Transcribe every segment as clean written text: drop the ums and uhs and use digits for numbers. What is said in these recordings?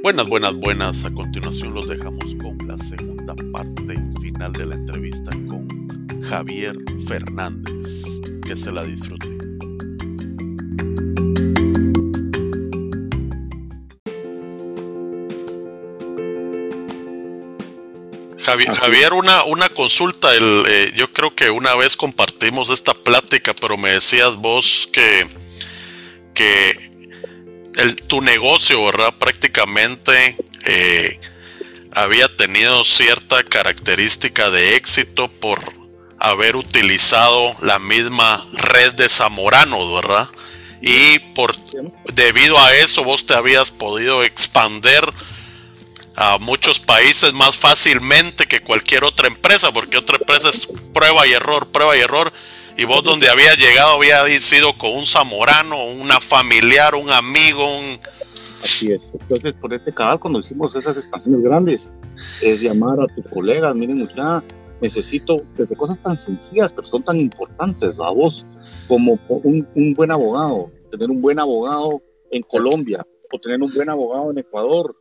Buenas, buenas, buenas. A continuación los dejamos con la segunda parte final de la entrevista con Javier Fernández. Que se la disfruten. Javier, una consulta. Yo creo que una vez compartimos esta plática, pero me decías vos que tu negocio, ¿verdad? Prácticamente había tenido cierta característica de éxito por haber utilizado la misma red de Zamorano, ¿verdad? Y debido a eso vos te habías podido expandir a muchos países más fácilmente que cualquier otra empresa, porque otra empresa es prueba y error, y vos donde había llegado había sido con un zamorano, una familiar, un amigo, Así es. Entonces, por este canal, cuando hicimos esas expansiones grandes, es llamar a tus colegas, miren, mucha, necesito, desde cosas tan sencillas, pero son tan importantes, a vos, como un buen abogado, tener un buen abogado en Colombia, o tener un buen abogado en Ecuador,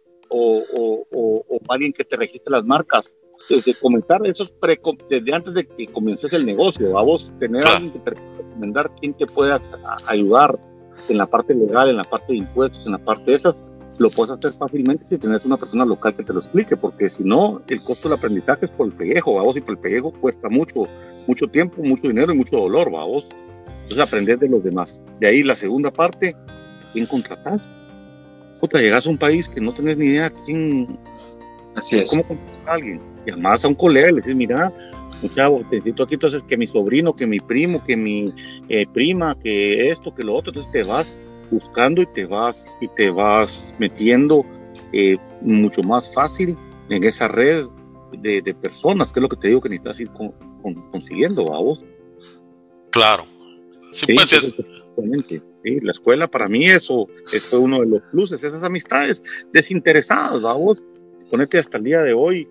o alguien que te registre las marcas. Desde comenzar, desde antes de que comiences el negocio, a vos tener a alguien que te recomendar, quien te pueda ayudar en la parte legal, en la parte de impuestos, en la parte de esas, lo puedes hacer fácilmente si tienes una persona local que te lo explique, porque si no, el costo del aprendizaje es por el pellejo, ¿va vos? Y por el pellejo cuesta mucho tiempo, mucho dinero y mucho dolor, ¿va vos? Entonces, aprender de los demás. De ahí la segunda parte, ¿quién contratás? Llegas a un país que no tenés ni idea quién, cómo contratar a alguien. Llamás a un colega y le dices, mira, chavo, necesito aquí entonces que mi sobrino, que mi primo, que mi prima, que esto, que lo otro. Entonces te vas buscando y te vas metiendo mucho más fácil en esa red de personas, que es lo que te digo que necesitas ir consiguiendo, ¿a vos? Claro. Sí, pues exactamente. Sí, la escuela para mí eso fue uno de los pluses, esas amistades desinteresadas, vamos, ponete hasta el día de hoy,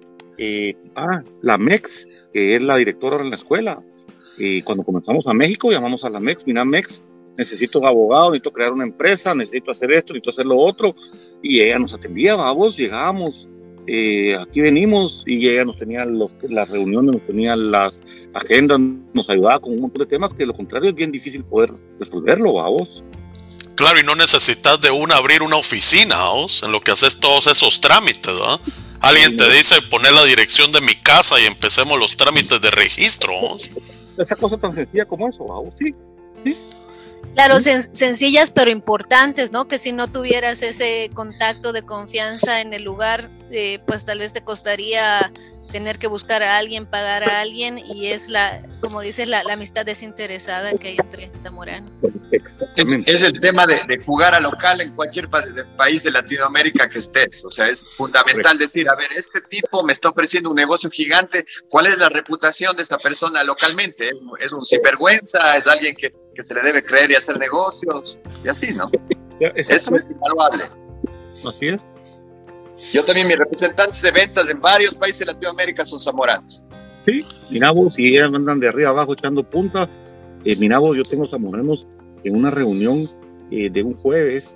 la MEX, que es la directora en la escuela, cuando comenzamos a México, llamamos a la MEX, mira MEX, necesito un abogado, necesito crear una empresa, necesito hacer esto, necesito hacer lo otro, y ella nos atendía, vamos, llegábamos, aquí venimos, y ella nos tenía las reuniones, nos tenía las agendas, nos ayudaba con un montón de temas que lo contrario es bien difícil poder resolverlo, vos. Claro, y no necesitas abrir una oficina, vos, en lo que haces todos esos trámites, ¿verdad? Alguien te dice poner la dirección de mi casa y empecemos los trámites de registro, vos. Esa cosa tan sencilla como eso, vos, sí. Claro, sencillas pero importantes, ¿no? Que si no tuvieras ese contacto de confianza en el lugar, pues tal vez te costaría tener que buscar a alguien, pagar a alguien, y es como dices, la amistad desinteresada que hay entre zamoranos. Es el tema de jugar a local en cualquier país de Latinoamérica que estés. O sea, es fundamental decir, a ver, este tipo me está ofreciendo un negocio gigante, ¿cuál es la reputación de esta persona localmente? ¿Es un sinvergüenza? ¿Es alguien que se le debe creer y hacer negocios? Y así, ¿no? Eso es invaluable. Así es. Yo también, mis representantes de ventas en varios países de Latinoamérica son zamoranos. Sí, mira vos, si ellas andan de arriba abajo echando punta, mira vos, yo tengo zamoranos en una reunión de un jueves,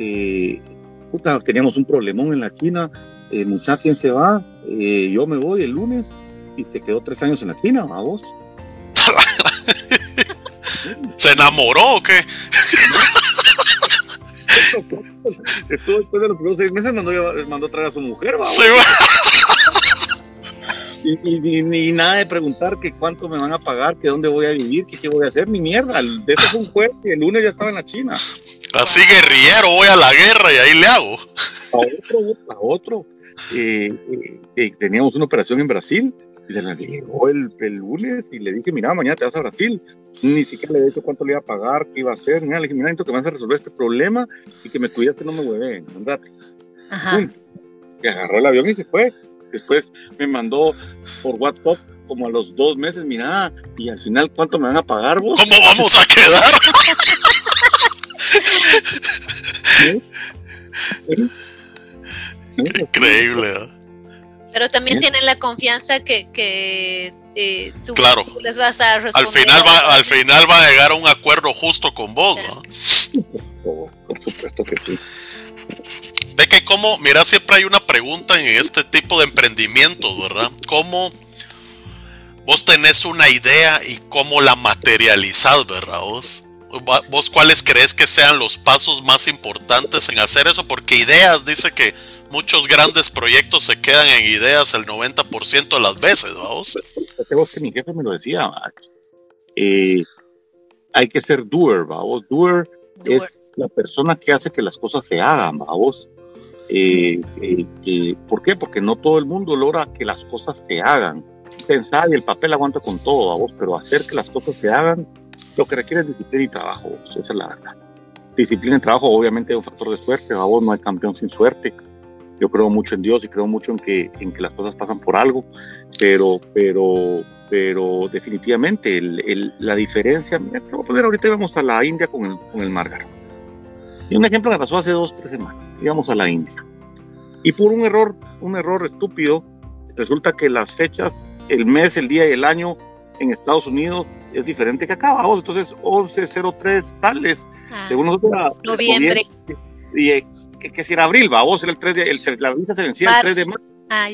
teníamos un problemón en la China, muchacho, ¿quién se va? Yo me voy el lunes, y se quedó 3 años en la China, ¿a vos? ¿Se enamoró o qué? Estuvo después de los primeros 6 meses, mandó a traer a su mujer, ¿va? Sí, y nada de preguntar que cuánto me van a pagar, que dónde voy a vivir, que qué voy a hacer, ni mierda. De eso fue un jueves y el lunes ya estaba en la China. Así guerrillero, voy a la guerra y ahí le hago. A otro. Teníamos una operación en Brasil y se la llegó el lunes y le dije, mira, mañana te vas a Brasil. Ni siquiera le he dicho cuánto le iba a pagar, qué iba a hacer. Mira, le dije, mira, necesito que me vas a resolver este problema y que me cuidas que no me hueven, andate. Y agarró el avión y se fue. Después me mandó por WhatsApp como a los 2 meses, mira, y al final, ¿cuánto me van a pagar vos? ¿Cómo vamos a quedar? Increíble, ¿eh? Pero también tienen la confianza que tú, claro, tú les vas a responder. Al final va a llegar a un acuerdo justo con vos, ¿no? Por supuesto que sí. Ve que ¿cómo? Mira, siempre hay una pregunta en este tipo de emprendimientos, ¿verdad? ¿Cómo vos tenés una idea y cómo la materializás, ¿verdad? ¿Vos cuáles crees que sean los pasos más importantes en hacer eso? Porque ideas, dice que muchos grandes proyectos se quedan en ideas el 90% de las veces, ¿vamos? Vos que mi jefe me lo decía, hay que ser doer, ¿vamos? Doer es la persona que hace que las cosas se hagan, ¿vamos? ¿Por qué? Porque no todo el mundo logra que las cosas se hagan. Pensar y el papel aguanta con todo, ¿vamos? Pero hacer que las cosas se hagan, lo que requiere es disciplina y trabajo, esa es la verdad. Disciplina y trabajo, obviamente, es un factor de suerte, ¿vamos? No hay campeón sin suerte. Yo creo mucho en Dios y creo mucho en que las cosas pasan por algo, pero definitivamente la diferencia, mira, te voy a poner ahorita, íbamos a la India con el Márgaro. Y un ejemplo me pasó hace 2-3 semanas, íbamos a la India. Y por un error estúpido, resulta que las fechas, el mes, el día y el año en Estados Unidos es diferente que acá, vamos. Entonces 11/03 tales, según nosotros noviembre. Y que si era abril, vamos, era el 3 de, la visa se vencía el 3 de marzo,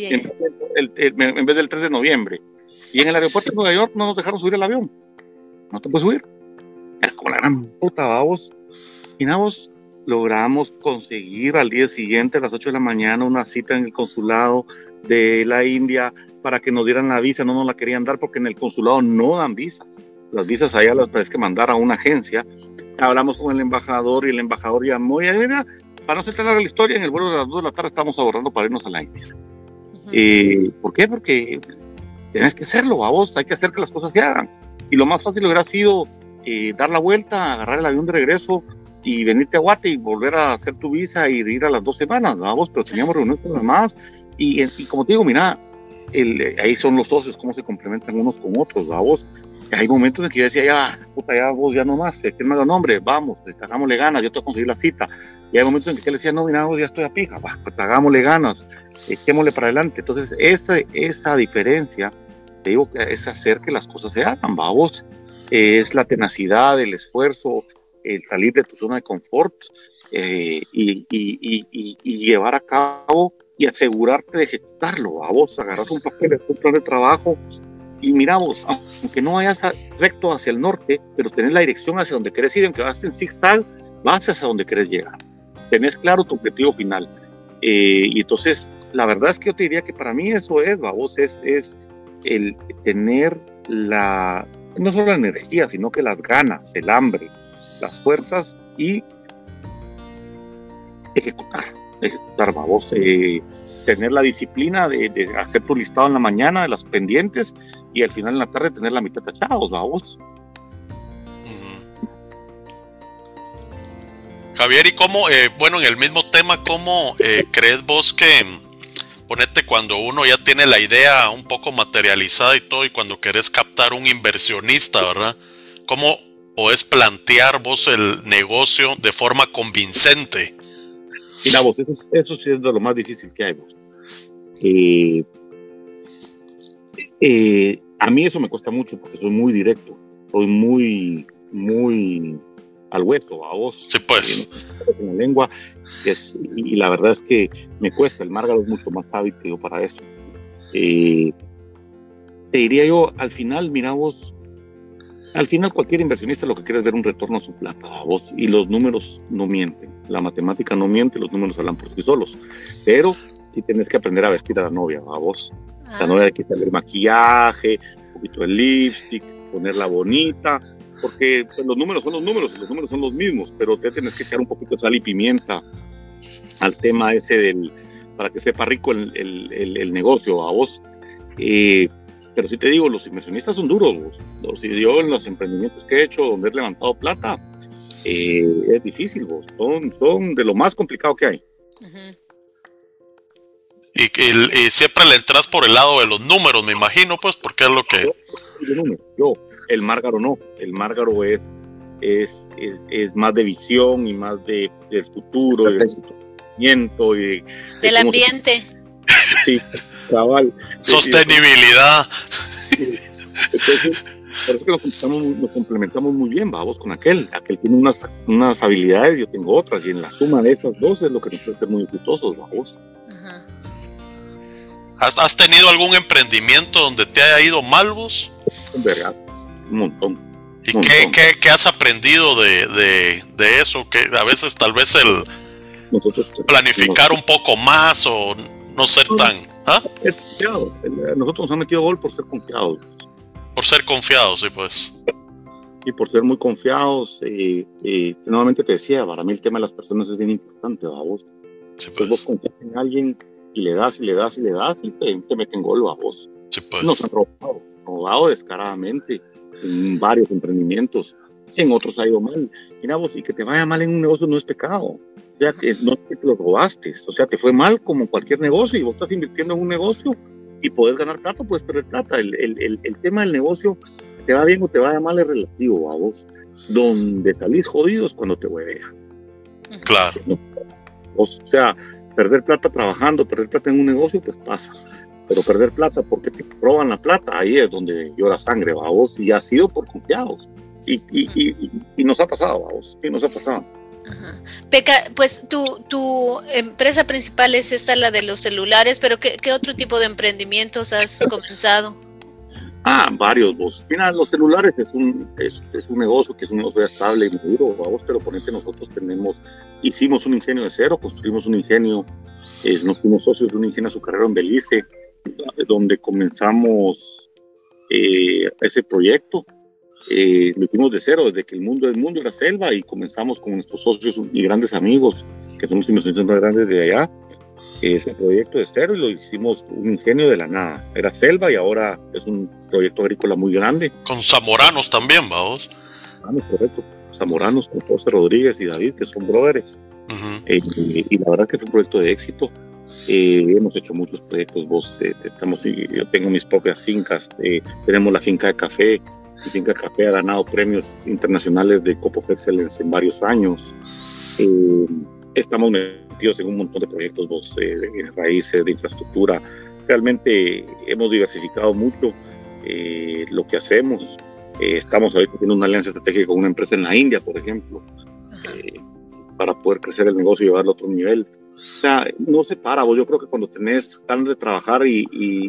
en vez del 3 de noviembre. Y en el aeropuerto de Nueva York no nos dejaron subir el avión. No te puedes subir. Era como la gran puta, vamos. Y nada, logramos conseguir al día siguiente a las 8 de la mañana una cita en el consulado de la India para que nos dieran la visa. No nos la querían dar porque en el consulado no dan visa. Las visas allá las tienes que mandar a una agencia. Hablamos con el embajador y el embajador llamó y mira, para no se la historia, en el vuelo de las 2 de la tarde estábamos ahorrando para irnos a la India. ¿Por qué? Porque tienes que hacerlo, vos, hay que hacer que las cosas se hagan. Y lo más fácil hubiera sido dar la vuelta, agarrar el avión de regreso y venirte a Guate y volver a hacer tu visa y ir a las 2 semanas, vamos, pero teníamos reuniones con los demás y como te digo, mira, ahí son los socios, cómo se complementan unos con otros, vamos. Hay momentos en que yo decía, ya, puta, ya vos, ya no más, ¿quién me da nombre? Vamos, hagámosle ganas, yo te voy a conseguir la cita. Y hay momentos en que él decía, no, mira, vos, ya estoy a pija, pues hagámosle ganas, echémosle para adelante. Entonces, esa diferencia, te digo, es hacer que las cosas se hagan, vamos. Es la tenacidad, el esfuerzo, el salir de tu zona de confort y llevar a cabo y asegurarte de ejecutarlo, vamos. Agarras un papel, un plan de trabajo. Y mira vos, aunque no vayas recto hacia el norte, pero tenés la dirección hacia donde querés ir, aunque vas en zigzag, vas hacia donde querés llegar. Tenés claro tu objetivo final. Y entonces, la verdad es que yo te diría que para mí eso es, vos, es el tener no solo la energía, sino que las ganas, el hambre, las fuerzas y ejecutar, vos. Tener la disciplina de hacer tu listado en la mañana de las pendientes y al final en la tarde tener la mitad tachados, vamos. Javier, ¿y cómo, bueno, en el mismo tema, cómo crees vos que, ponete, cuando uno ya tiene la idea un poco materializada y todo, y cuando querés captar un inversionista, ¿verdad? ¿Cómo podés plantear vos el negocio de forma convincente? Mira vos, eso sí es de lo más difícil que hay, vos. A mí eso me cuesta mucho porque soy muy directo, soy muy al hueso, a vos. Sí, pues. En la lengua, y la verdad es que me cuesta. El Márgaro es mucho más hábil que yo para eso. Te diría yo, al final, mira vos, al final cualquier inversionista lo que quiere es ver un retorno a su plata, a vos, y los números no mienten, la matemática no miente, los números hablan por sí solos, pero sí tenés que aprender a vestir a la novia, a vos. La novia hay que quitarle el maquillaje, un poquito de lipstick, ponerla bonita, porque pues, los números son los números y los números son los mismos, pero te tienes que echar un poquito de sal y pimienta al tema ese para que sepa rico el negocio, a vos. Pero sí te digo, los inversionistas son duros, vos. Yo en los emprendimientos que he hecho, donde he levantado plata, es difícil, vos. Son de lo más complicado que hay. Uh-huh. Y siempre le entras por el lado de los números, me imagino, pues, porque es lo que... El Márgaro no. El Márgaro es más de visión y más del futuro, y del sustentamiento y del ambiente. Sí, cabal. Sostenibilidad. Entonces, Parece que nos complementamos muy bien, vamos, con aquel tiene unas habilidades, yo tengo otras, y en la suma de esas dos es lo que nos hace ser muy exitosos, vamos. Ajá. ¿Has tenido algún emprendimiento donde te haya ido mal, vos? Verás, un montón. ¿Y qué has aprendido de eso? Que a veces tal vez nosotros planificar un poco más o no ser tan... ¿ah? Nosotros nos han metido gol por ser confiados. Por ser confiados, sí, pues. Y por ser muy confiados, nuevamente te decía, para mí el tema de las personas es bien importante, vos. Sí, pues. Vos confías en alguien y le das y te meten gol, vos. Sí, pues. Nos han robado descaradamente en varios emprendimientos, en otros ha ido mal. Mira vos, y que te vaya mal en un negocio no es pecado. O sea, que no te lo robaste, o sea, te fue mal como cualquier negocio y vos estás invirtiendo en un negocio y podés ganar plata, puedes perder plata. El tema del negocio, te va bien o te vaya mal, es relativo a vos. Donde salís jodido es cuando te huevea. Claro. O sea, perder plata trabajando, perder plata en un negocio, pues pasa. Pero perder plata porque te roban la plata, ahí es donde llora sangre, va vos, y ha sido por confiados. Y nos ha pasado, va vos, sí, nos ha pasado. Ajá. Peca, pues tu empresa principal es esta, la de los celulares, pero ¿qué otro tipo de emprendimientos has comenzado? Varios, vos. Mira, los celulares es un negocio que es un negocio estable y maduro, vos, pero ponete, nosotros hicimos un ingenio de cero, construimos un ingenio, nos fuimos socios de un ingenio azucarero en Belice, donde comenzamos ese proyecto. Lo hicimos de cero, desde que el mundo era selva, y comenzamos con nuestros socios y grandes amigos, que somos inversionistas más grandes de allá, ese proyecto de cero, y lo hicimos un ingenio de la nada. Era selva y ahora es un proyecto agrícola muy grande. Con zamoranos también, vamos. Correcto. Zamoranos, con José Rodríguez y David, que son brothers. Uh-huh. Y la verdad que fue un proyecto de éxito. Hemos hecho muchos proyectos, yo tengo mis propias fincas, tenemos la finca de café. Mi finca de café ha ganado premios internacionales de Cup of Excellence en varios años. Estamos metidos en un montón de proyectos, de raíces, de infraestructura. Realmente hemos diversificado mucho lo que hacemos. Estamos ahorita teniendo una alianza estratégica con una empresa en la India, por ejemplo, para poder crecer el negocio y llevarlo a otro nivel. O sea, no se para, vos. Yo creo que cuando tenés ganas de trabajar y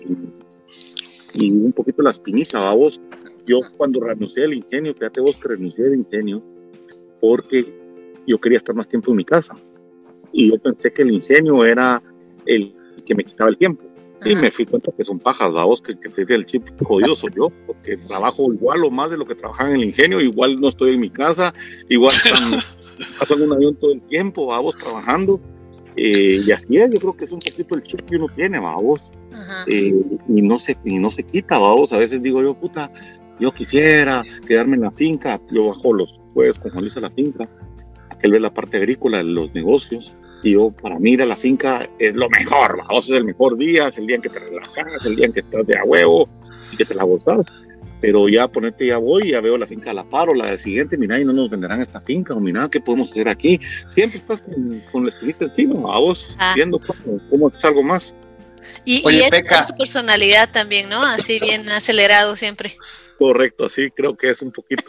un poquito la espinita, vos. Yo cuando renuncié al ingenio, fíjate vos que renuncié al ingenio porque yo quería estar más tiempo en mi casa. Y yo pensé que el ingenio era el que me quitaba el tiempo. Y me fui cuenta que son pajas, vos, que el chip jodido soy yo, porque trabajo igual o más de lo que trabajaba en el ingenio, igual no estoy en mi casa, igual paso en un avión todo el tiempo, vos, trabajando. Y así es, yo creo que es un poquito el chip que uno tiene, vos. Y no se quita, vos. A veces digo yo, puta, yo quisiera quedarme en la finca. Yo bajo los jueves con Juan Luis a la finca, aquel ve la parte agrícola de los negocios, y yo, para mí ir a la finca es lo mejor, vamos, es el mejor día, es el día en que te relajas, el día en que estás de a huevo y que te la gozas. Pero ya ponerte, ya voy, ya veo la finca a la par, o la siguiente, mira, y no nos venderán esta finca, o mira, ¿qué podemos hacer aquí? Siempre estás con la espinita encima, vos, viendo cómo hacer algo más. Oye, es tu personalidad también, ¿no? Así bien acelerado siempre. Correcto, así creo que es un poquito.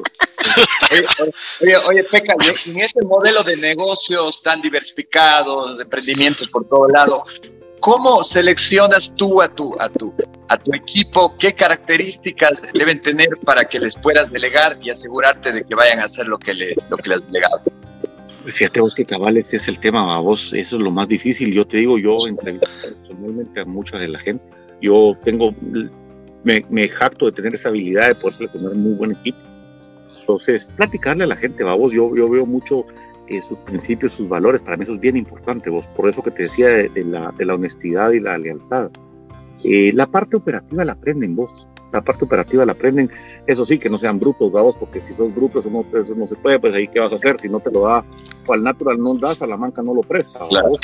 Oye, Peca, en ese modelo de negocios tan diversificados, de emprendimientos por todo lado, ¿cómo seleccionas tú a tu equipo? ¿Qué características deben tener para que les puedas delegar y asegurarte de que vayan a hacer lo que les has delegado? Fíjate vos que cabales es el tema, a vos, eso es lo más difícil. Yo te digo, yo entrevisto personalmente a mucha de la gente. Yo me jacto de tener esa habilidad de poder tener un muy buen equipo. Entonces, platicarle a la gente, vos, yo veo mucho sus principios, sus valores. Para mí eso es bien importante, vos. Por eso que te decía de la honestidad y la lealtad. La parte operativa la aprenden, vos. La parte operativa la aprenden, eso sí, que no sean brutos, vamos, porque si sos bruto eso no se puede, pues ahí qué vas a hacer, si no te lo da, o al natural no das, a la manca no lo presta, claro.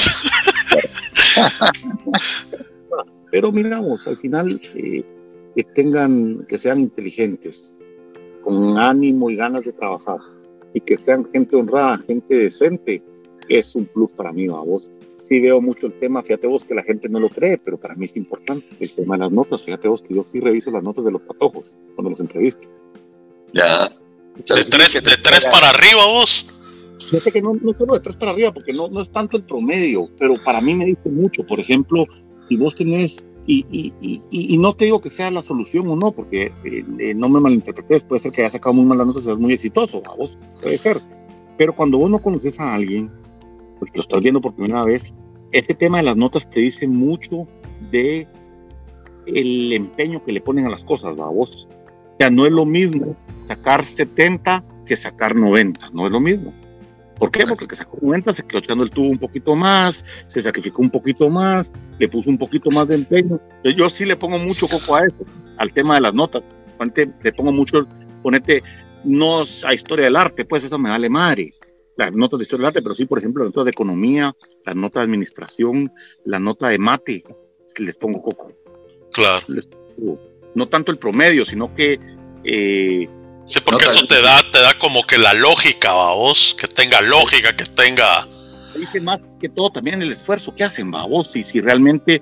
Pero miramos, al final, que sean inteligentes, con ánimo y ganas de trabajar, y que sean gente honrada, gente decente, es un plus para mí, vamos. sí veo mucho el tema, fíjate vos que la gente no lo cree, pero para mí es importante el tema de las notas. Fíjate vos que yo sí reviso las notas de los patojos cuando los entrevisto. Ya. De tres para arriba vos. Fíjate que no solo de 3 para arriba, porque no es tanto el promedio, pero para mí me dice mucho. Por ejemplo, si vos tenés, y no te digo que sea la solución o no, porque no me malinterpretes, puede ser que hayas sacado muy malas notas y seas muy exitoso, a vos puede ser. Pero cuando vos no conoces a alguien, pues lo estás viendo por primera vez, ese tema de las notas te dice mucho de el empeño que le ponen a las cosas, ¿va? Vos. O sea, no es lo mismo sacar 70 que sacar 90, no es lo mismo. ¿Por qué? Porque el que sacó 90 se quedó echando el tubo un poquito más, se sacrificó un poquito más, le puso un poquito más de empeño. Yo sí le pongo mucho coco a eso, al tema de las notas. Le pongo mucho, ponete, no a historia del arte, pues eso me vale madre. Las notas de historia del arte, pero sí, por ejemplo, las notas de economía, las notas de administración, la nota de mate, les pongo coco. Claro. No tanto el promedio, sino que... sí, porque eso te da como que la lógica, babos, que tenga lógica, que tenga... Dice más que todo también el esfuerzo que hacen, babos, y si realmente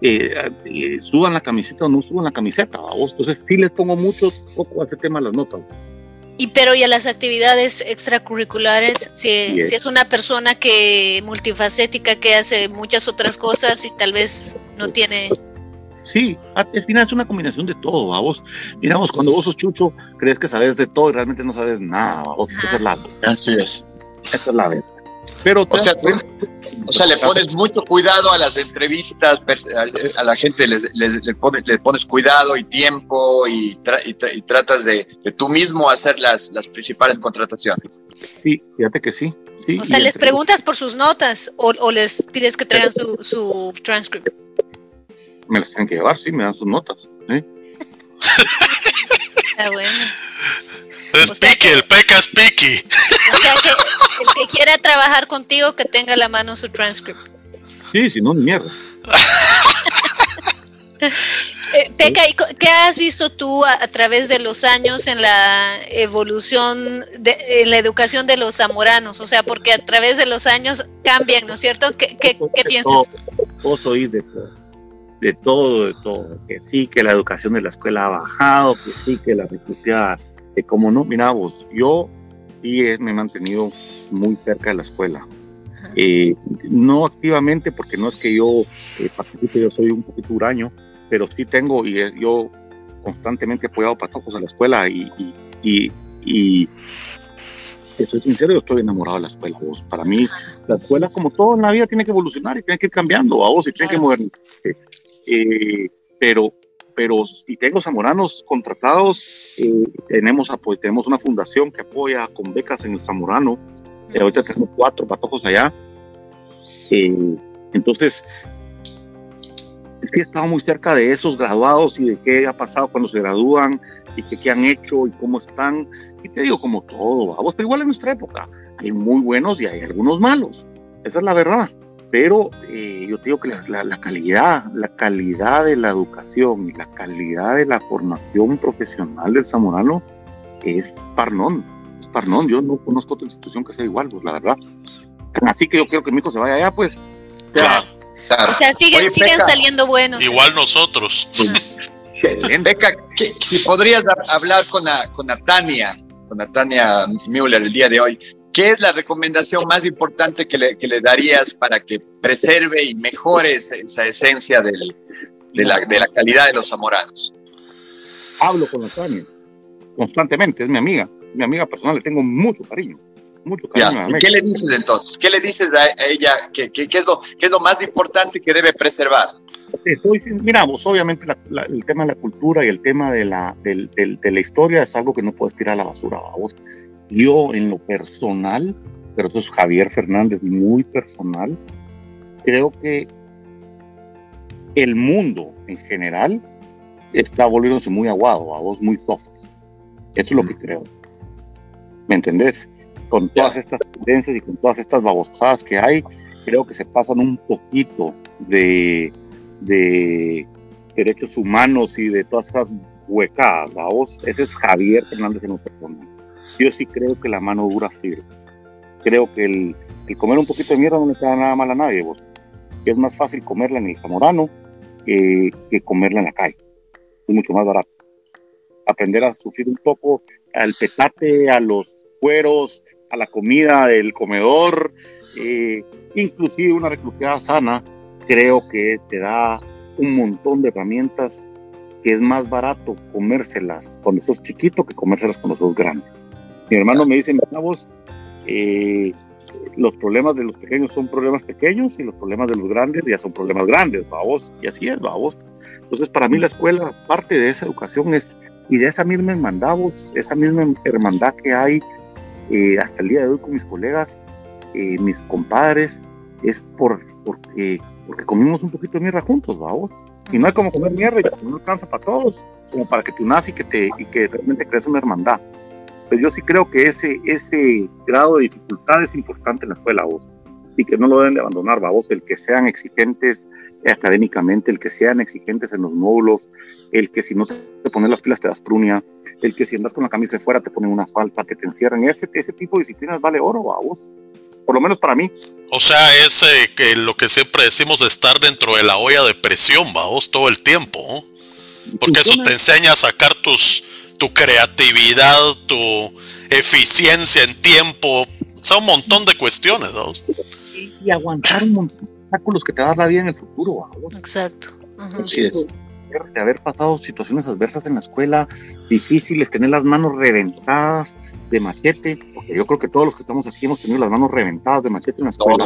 sudan la camiseta o no sudan la camiseta, babos. Entonces sí les pongo mucho poco a ese tema de las notas. Pero y a las actividades extracurriculares, si es una persona que multifacética, que hace muchas otras cosas y tal vez no tiene... Sí, al final es una combinación de todo, vos. Miramos, cuando vos sos chucho, crees que sabes de todo y realmente no sabes nada, vos. Esa es la verdad. Así es. Esa es la verdad. Pero, o sea, le pones mucho cuidado a las entrevistas, a la gente le pones cuidado y tiempo y tratas de tú mismo hacer las principales contrataciones. Sí, fíjate que sí. Sí, o sea, les preguntas por sus notas o les pides que traigan su transcript. Me las tienen que llevar, sí, me dan sus notas. ¿Sí? Está bueno. Es piqui, el peca es piqui. O sea, que el que quiera trabajar contigo, que tenga a la mano su transcript. Sí, si no, ni mierda. Peca, ¿qué has visto tú a través de los años en la evolución, en la educación de los zamoranos? O sea, porque a través de los años cambian, ¿no es cierto? ¿Qué piensas? Vos oís de todo. Que sí, que la educación de la escuela ha bajado, que sí, que la reclutada, que como no, mira vos, yo sí me he mantenido muy cerca de la escuela. No activamente, porque no es que yo participe, yo soy un poquito huraño, pero sí tengo, y yo constantemente he apoyado patojos a la escuela y te soy sincero, yo estoy enamorado de la escuela, vos. Para mí, la escuela, como todo en la vida, tiene que evolucionar y tiene que ir cambiando, a vos, y tiene que modernizarse. Pero si tengo zamoranos contratados, tenemos una fundación que apoya con becas en el Zamorano. Ahorita tenemos 4 patojos allá. Entonces, sí he estado muy cerca de esos graduados y de qué ha pasado cuando se gradúan y qué han hecho y cómo están. Y te digo, como todo, vamos, pero igual en nuestra época hay muy buenos y hay algunos malos. Esa es la verdad. Pero yo te digo que la calidad de la educación y la calidad de la formación profesional del zamorano es parnón. Yo no conozco otra institución que sea igual, pues la verdad. Así que yo quiero que mi hijo se vaya allá, pues. Claro. O sea, siguen saliendo buenos. Igual nosotros. Peca, si podrías hablar con Tania Müller el día de hoy, ¿qué es la recomendación más importante que le darías para que preserve y mejore esa esencia de la calidad de los zamoranos? Hablo con la Tania constantemente, es mi amiga personal, le tengo mucho cariño. ¿Y qué le dices entonces? ¿Qué le dices a ella? ¿Qué es lo más importante que debe preservar? Mira, vos, obviamente el tema de la cultura y el tema de la historia es algo que no puedes tirar a la basura, vos. Yo en lo personal, pero eso es Javier Fernández, muy personal, creo que el mundo en general está volviéndose muy aguado, a vos muy soft. Eso es lo que creo. ¿Me entendés? Con todas estas tendencias y con todas estas babosadas que hay, creo que se pasan un poquito de derechos humanos y de todas esas huecadas, a vos. Ese es Javier Fernández en lo personal. Yo sí creo que la mano dura sirve. Creo que el comer un poquito de mierda no le queda nada mal a nadie, vos. que es más fácil comerla en el Zamorano que comerla en la calle. Es mucho más barato. Aprender a sufrir un poco al petate, a los cueros, a la comida del comedor, inclusive una reclutada sana, creo que te da un montón de herramientas que es más barato comérselas cuando sos chiquito que comérselas cuando sos grande. Mi hermano me dice, mira vos, los problemas de los pequeños son problemas pequeños y los problemas de los grandes ya son problemas grandes, vos. Y así es, vos. Entonces, para mí la escuela, parte de esa educación es, y de esa misma hermandad, vos, esa misma hermandad que hay hasta el día de hoy con mis colegas, mis compadres, es porque comimos un poquito de mierda juntos, vamos. Y no hay como comer mierda, y no alcanza para todos, como para que te unas y que realmente crees una hermandad. Pues yo sí creo que ese grado de dificultad es importante en la escuela, vos, y que no lo deben de abandonar, vos, el que sean exigentes académicamente, el que sean exigentes en los módulos, el que si no te pones las pilas te das prunia, el que si andas con la camisa de fuera te ponen una falta, que te encierran, ese tipo de disciplinas vale oro, vos, por lo menos para mí. O sea, es que lo que siempre decimos de estar dentro de la olla de presión, vos, todo el tiempo, ¿no? Porque eso te enseña a sacar tu creatividad, tu eficiencia en tiempo, o sea, un montón de cuestiones, ¿no? Y aguantar un montón de obstáculos que te va a dar la vida en el futuro, ¿no? Exacto. Así es. De haber pasado situaciones adversas en la escuela, difíciles, tener las manos reventadas de machete, porque yo creo que todos los que estamos aquí hemos tenido las manos reventadas de machete en la escuela.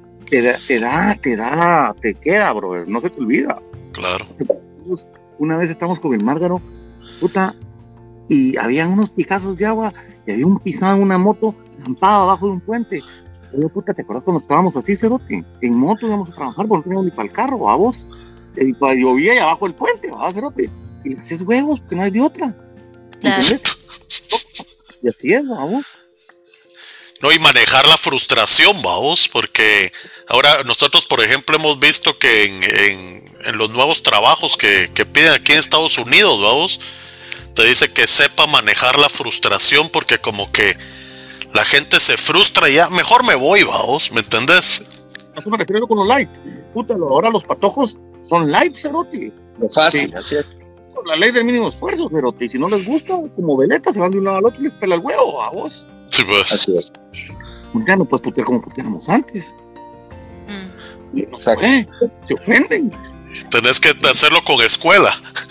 Te queda, bro, no se te olvida. Claro. Una vez estábamos con el Márgaro, puta, y habían unos picazos de agua, y había un pisado en una moto, zampado abajo de un puente. Y yo, puta, ¿te acuerdas cuando estábamos así, cerote? En moto íbamos a trabajar, porque no teníamos ni para el carro, a vos. Y llovía ahí abajo del puente, va, cerote. Y le haces huevos, porque no hay de otra. Claro. Y así es, vamos. No, y manejar la frustración, vamos, porque ahora nosotros, por ejemplo, hemos visto que en los nuevos trabajos que piden aquí en Estados Unidos, vamos, te dice que sepa manejar la frustración, porque como que la gente se frustra y ya, mejor me voy, vamos, ¿me entendés? Eso me refiero con los light. Puta, ahora los patojos son light, cerote. Lo fácil, sí. así es. La ley del mínimo esfuerzo, cerote. Y si no les gusta, como veleta, se van de un lado al otro y les pela el huevo, a vos. Sí, pues. Así es. Ya no puedes putear como puteábamos antes. No sé, se ofenden. Tenés que hacerlo con escuela.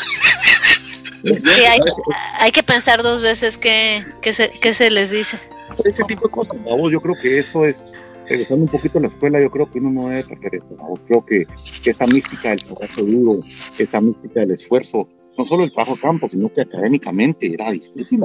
Sí, hay que pensar dos veces qué se les dice. Ese tipo de cosas, vamos, yo creo que eso es, regresando un poquito a la escuela, yo creo que uno no debe perder esto, vamos, creo que esa mística del trabajo duro, esa mística del esfuerzo, no solo el trabajo de campo, sino que académicamente era difícil,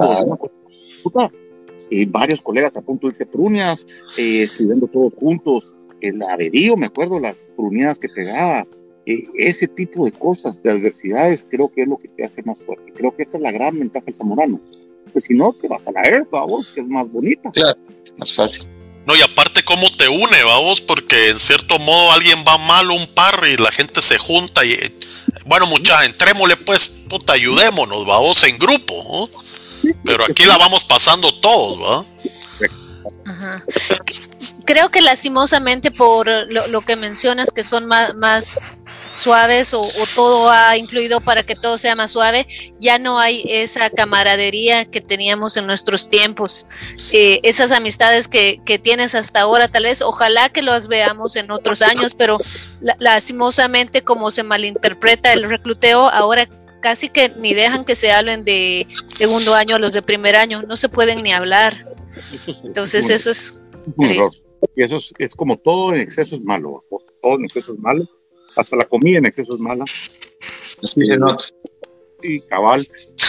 varios colegas a punto de irse prunias, estudiando todos juntos, el averío, me acuerdo, las pruniadas que pegaba, ese tipo de cosas, de adversidades, creo que es lo que te hace más fuerte, creo que esa es la gran ventaja del zamorano. Pues si no, te vas a la ERF, vamos, que es más bonita. Claro, más fácil. No, y aparte cómo te une, vamos, porque en cierto modo alguien va mal, un par, y la gente se junta y, bueno, muchachos, entrémosle pues, puta, ayudémonos, vamos, en grupo, ¿no? Pero aquí la vamos pasando todos, ¿va? Ajá. Creo que lastimosamente por lo que mencionas, que son más suaves o todo ha influido para que todo sea más suave, ya no hay esa camaradería que teníamos en nuestros tiempos, esas amistades que tienes hasta ahora, tal vez, ojalá que las veamos en otros años, pero lastimosamente como se malinterpreta el recluteo, ahora casi que ni dejan que se hablen de segundo año a los de primer año, no se pueden ni hablar. Entonces eso es triste. Y eso es como todo en exceso es malo, todo en exceso es malo, hasta la comida en exceso es mala. Así se nota. Sí, cabal.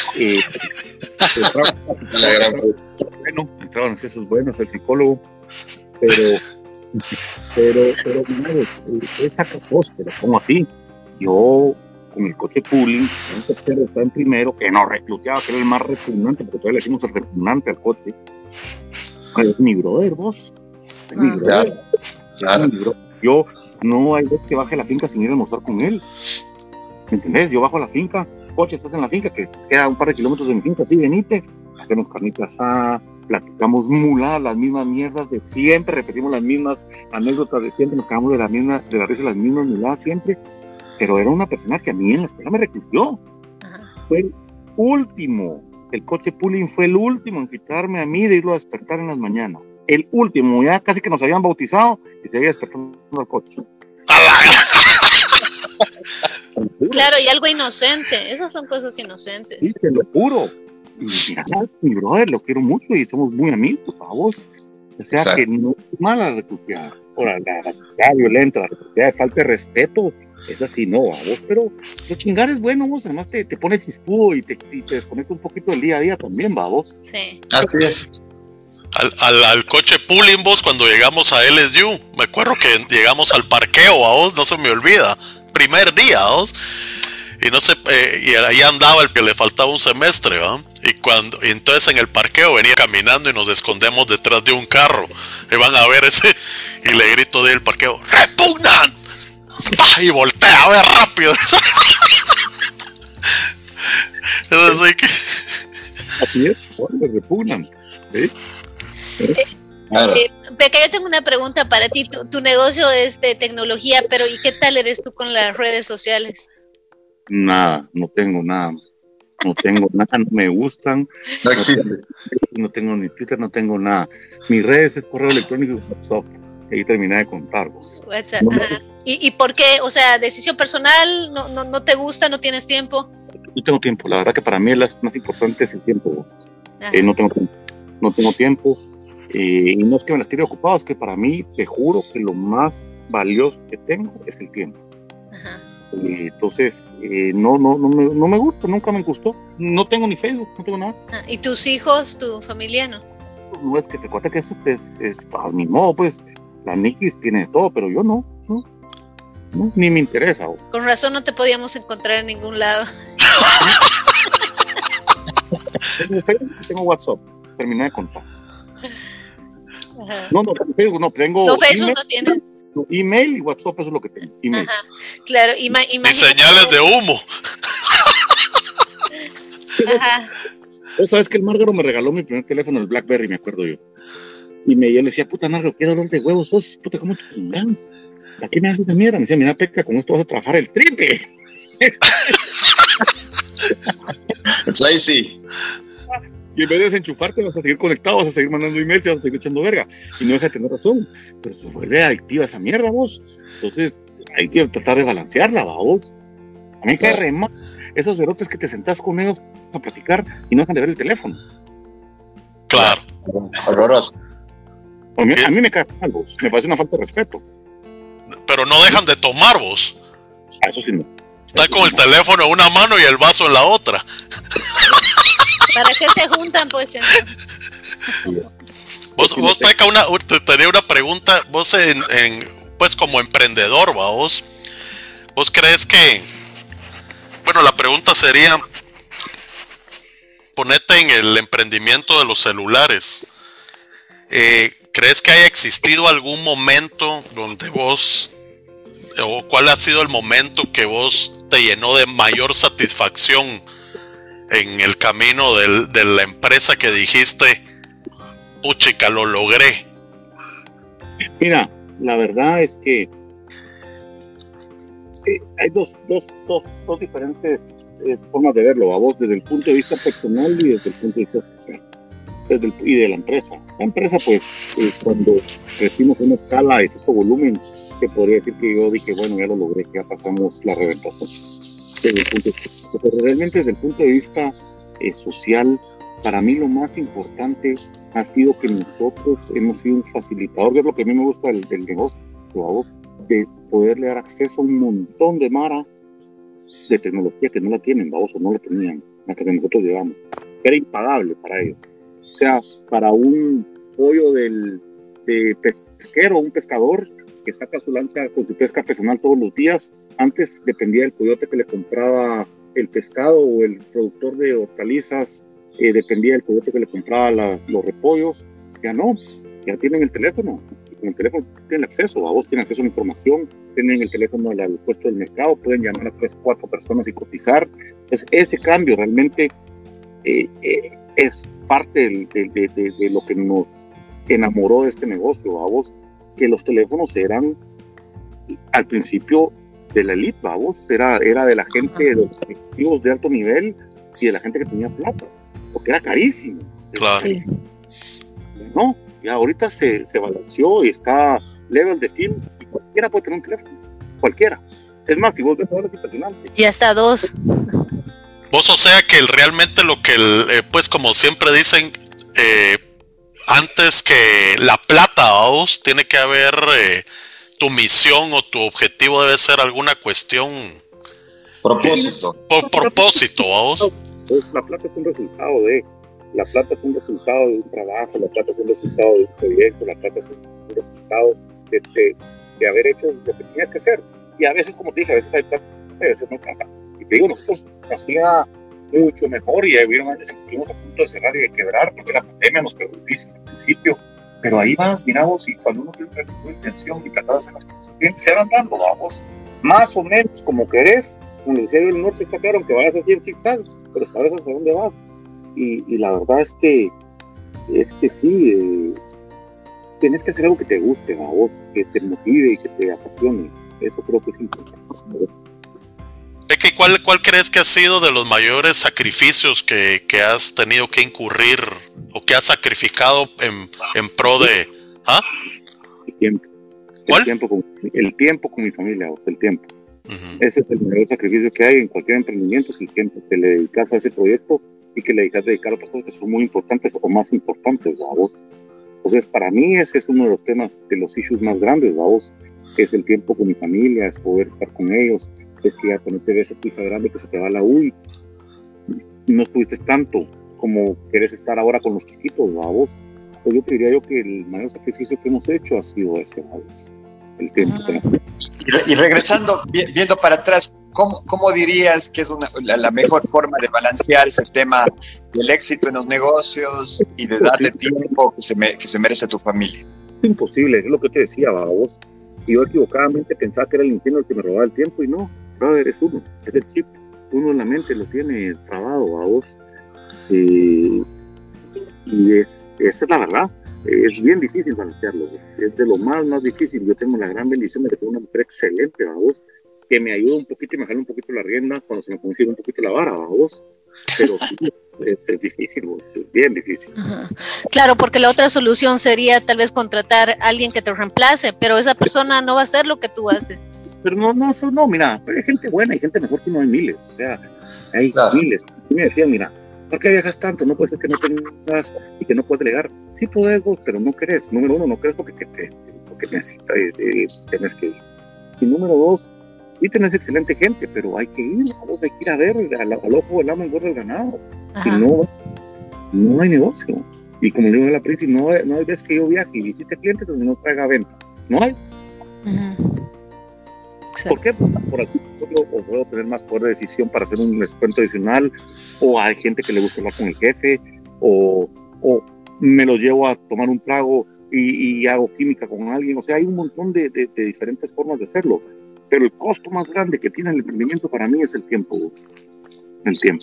Entraba en excesos buenos, el psicólogo, pero esa cosa, te lo pongo así. Yo, con el coche pooling, un tercero está en primero, que no recluteaba, que era el más repugnante, porque todavía le decimos el repugnante al coche. Es mi brother, vos. Es mi brother. Claro. Es mi brother. Yo no hay vez que baje a la finca sin ir a almorzar con él. ¿Me entendés? Yo bajo a la finca, coche, estás en la finca, que queda un par de kilómetros de mi finca, sí, venite, hacemos carnita asada, platicamos muladas, las mismas mierdas de siempre, repetimos las mismas anécdotas de siempre, nos cagamos de la risa, las mismas muladas siempre, pero era una persona que a mí en la escuela me recluyó. Fue el último, el coche Pulling fue el último en quitarme a mí de irlo a despertar en las mañanas. El último, ya casi que nos habían bautizado y se había despertado al coche. Claro, y algo inocente, esas son cosas inocentes. Sí, te lo juro. Y mira, mi brother, lo quiero mucho y somos muy amigos, vos. O sea, exacto, que no es mala la reclutía. Ahora, la reclutía violenta, la reclutía de falta de respeto, es así, no, vos. Pero lo chingar es bueno, vos. Además te pone chispudo y te desconecta un poquito del día a día también, vos. Sí. Así es. Al coche Pulling, vos, cuando llegamos a LSU, me acuerdo que llegamos al parqueo, vos, no se me olvida. Primer día, vos. Y no sé, y ahí andaba el que le faltaba un semestre, ¿va? Y entonces en el parqueo venía caminando y nos escondemos detrás de un carro. Y van a ver ese, y le grito del parqueo, ¡repugnan! Y voltea a ver rápido. Así que... Así es, repugnan. ¿Sí? Beca, yo tengo una pregunta para ti. Tu negocio es de tecnología, pero ¿y qué tal eres tú con las redes sociales? Nada, no tengo nada, no me gustan. No existe. No tengo ni Twitter, no tengo nada. Mis redes es correo electrónico y WhatsApp. Ahí terminé de contar. WhatsApp, no, ¿Y por qué? O sea, decisión personal, no te gusta, no tienes tiempo. No tengo tiempo, la verdad que para mí lo más importante es el tiempo. No tengo tiempo. Y no es que me las tire ocupado, es que para mí, te juro que lo más valioso que tengo es el tiempo. Ajá. Entonces, no me gusta, nunca me gustó. No tengo ni Facebook, no tengo nada. ¿Y tus hijos, tu familia, no? No, es que te cuenta que eso es a mi modo, pues. La Nikis tiene de todo, pero yo no, ni me interesa. Con razón no te podíamos encontrar en ningún lado. Tengo Facebook, tengo WhatsApp, terminé de contar. No, Facebook no, tengo. No, Facebook email, no tienes. Email y WhatsApp, eso es lo que tengo. Email. Ajá, claro, y señales de humo. Ajá. Vos sabes que el Márgaro me regaló mi primer teléfono, el BlackBerry, me acuerdo yo. Y yo le decía, puta Márgaro, qué dolor de huevos sos, puta, ¿cómo te chingas? ¿Para qué me haces esa mierda? Me decía, mira, Peca, con esto vas a trabajar el triple. Ahí sí. Y en vez de desenchufarte vas a seguir conectado, vas a seguir mandando emails, vas a seguir echando verga. Y no deja de tener razón. Pero se vuelve adictiva esa mierda, vos. Entonces, hay que tratar de balancearla, vos. A mí me cae re mal esos cerotes que te sentás con ellos a platicar y no dejan de ver el teléfono. Claro. Horroroso. A mí me cae mal, vos. Me parece una falta de respeto. Pero no dejan de tomar, vos. Eso sí no. Está con el teléfono en una mano y el vaso en la otra. ¿Para qué se juntan, pues? Vos Peca, tenía una pregunta. Vos, pues como emprendedor, ¿vos crees que... Bueno, la pregunta sería... Ponete en el emprendimiento de los celulares. ¿Crees que haya existido algún momento donde vos... o cuál ha sido el momento que vos te llenó de mayor satisfacción en el camino de la empresa que dijiste, puchica, lo logré? Mira, la verdad es que hay dos diferentes formas de verlo, a vos, desde el punto de vista personal y desde el punto de vista social, y de la empresa. La empresa, pues, cuando crecimos una escala de cierto volumen, se podría decir que yo dije, bueno, ya lo logré, que ya pasamos la reventación. Pero realmente desde el punto de vista social, para mí lo más importante ha sido que nosotros hemos sido un facilitador, que es lo que a mí me gusta del negocio, de poderle dar acceso a un montón de mara de tecnología que no la tienen, o no la tenían, la que nosotros llevamos. Era impagable para ellos. O sea, para un pollo de pesquero, un pescador que saca su lancha con su pesca artesanal todos los días, antes dependía del coyote que le compraba el pescado, o el productor de hortalizas dependía del coyote que le compraba los repollos. Ya no, ya tienen el teléfono. Con el teléfono tienen acceso, a vos tienen acceso a la información, tienen el teléfono al puesto del mercado, pueden llamar a 3-4 personas y cotizar. Entonces, ese cambio realmente es parte de lo que nos enamoró de este negocio, vamos, que los teléfonos eran al principio de la elite, vamos, era de la gente, de los ejecutivos de alto nivel y de la gente que tenía plata, porque era carísimo. Claro. No, ya ahorita se balanceó y está level de film y cualquiera puede tener un teléfono, cualquiera. Es más, si vos ves ahora es impresionante. Y hasta 2. Vos, o sea que realmente lo que, pues como siempre dicen, antes que la plata, vos, tiene que haber tu misión o tu objetivo debe ser alguna cuestión. Propósito. Por propósito, vos. Pues la plata es un resultado de un trabajo, la plata es un resultado de un proyecto, la plata es un resultado de haber hecho lo que tenías que hacer. Y a veces, como te dije, a veces hay plata, a veces no hay plata. Y te digo, nosotros nos hacía mucho mejor y hubieron años en que estuvimos a punto de cerrar y de quebrar porque la pandemia nos pegó durísimo al principio. Pero ahí vas, mira vos, y cuando uno tiene una intención y tratar de hacer las cosas bien, se van dando, vamos, más o menos como querés. Como le decía yo, el norte está claro, aunque vayas así en zigzag, pero sabes hacia dónde vas. Y la verdad es que sí, tienes que hacer algo que te guste, a vos, que te motive y que te apasione. Eso creo que es importante. Peque, ¿cuál crees que ha sido de los mayores sacrificios que has tenido que incurrir o que has sacrificado en pro de... ¿Ah? El tiempo. ¿Cuál? El tiempo con mi familia, el tiempo. Uh-huh. Ese es el mayor sacrificio que hay en cualquier emprendimiento, el tiempo que le dedicas a ese proyecto y que le dedicas a dedicar a otras cosas que son muy importantes o más importantes, ¿a vos? Entonces, para mí ese es uno de los temas, de los issues más grandes, ¿a vos? Es el tiempo con mi familia, es poder estar con ellos, es que ya cuando te ves a tu hija grande que se te va la UI, no estuviste tanto como querés estar ahora con los chiquitos, ¿a vos? Pues yo te diría yo que el mayor sacrificio que hemos hecho ha sido ese, ¿a vos? El tiempo. Y regresando, viendo para atrás, ¿cómo dirías que es la mejor forma de balancear ese tema del éxito en los negocios y de darle tiempo que se merece a tu familia? Es imposible, es lo que te decía, vos. Y yo equivocadamente pensaba que era el ingenio el que me robaba el tiempo y no, brother, es uno, es el chip. Uno en la mente lo tiene trabado, vos. Y esa es la verdad. Es bien difícil balancearlo, es de lo más difícil. Yo tengo la gran bendición de que tengo una mujer excelente, vos, que me ayuda un poquito y me jala un poquito la rienda cuando se me consigue un poquito la vara, vos. Pero sí, es difícil, vos, es bien difícil. Ajá. Claro, porque la otra solución sería tal vez contratar a alguien que te reemplace, pero esa persona no va a hacer lo que tú haces. Pero no, mira, hay gente buena, hay gente mejor que uno, hay miles, o sea, hay miles. Y me decían, mira, ¿por qué viajas tanto? No puede ser que no tengas y que no puedas delegar. Sí podés vos, pero no querés. Número uno, no querés porque necesitas, tenés que ir. Y número dos, sí tenés excelente gente, pero hay que ir, vamos, hay que ir a ver al ojo del amo engorda el ganado. Ajá. Si no hay negocio. Y como le digo a la Prince, no hay veces que yo viaje y visite clientes donde no traiga ventas. No hay. ¿Por qué? Por aquí o puedo tener más poder de decisión para hacer un descuento adicional, o hay gente que le gusta hablar con el jefe, o me lo llevo a tomar un trago y hago química con alguien. O sea, hay un montón de diferentes formas de hacerlo, pero el costo más grande que tiene el emprendimiento para mí es el tiempo. El tiempo.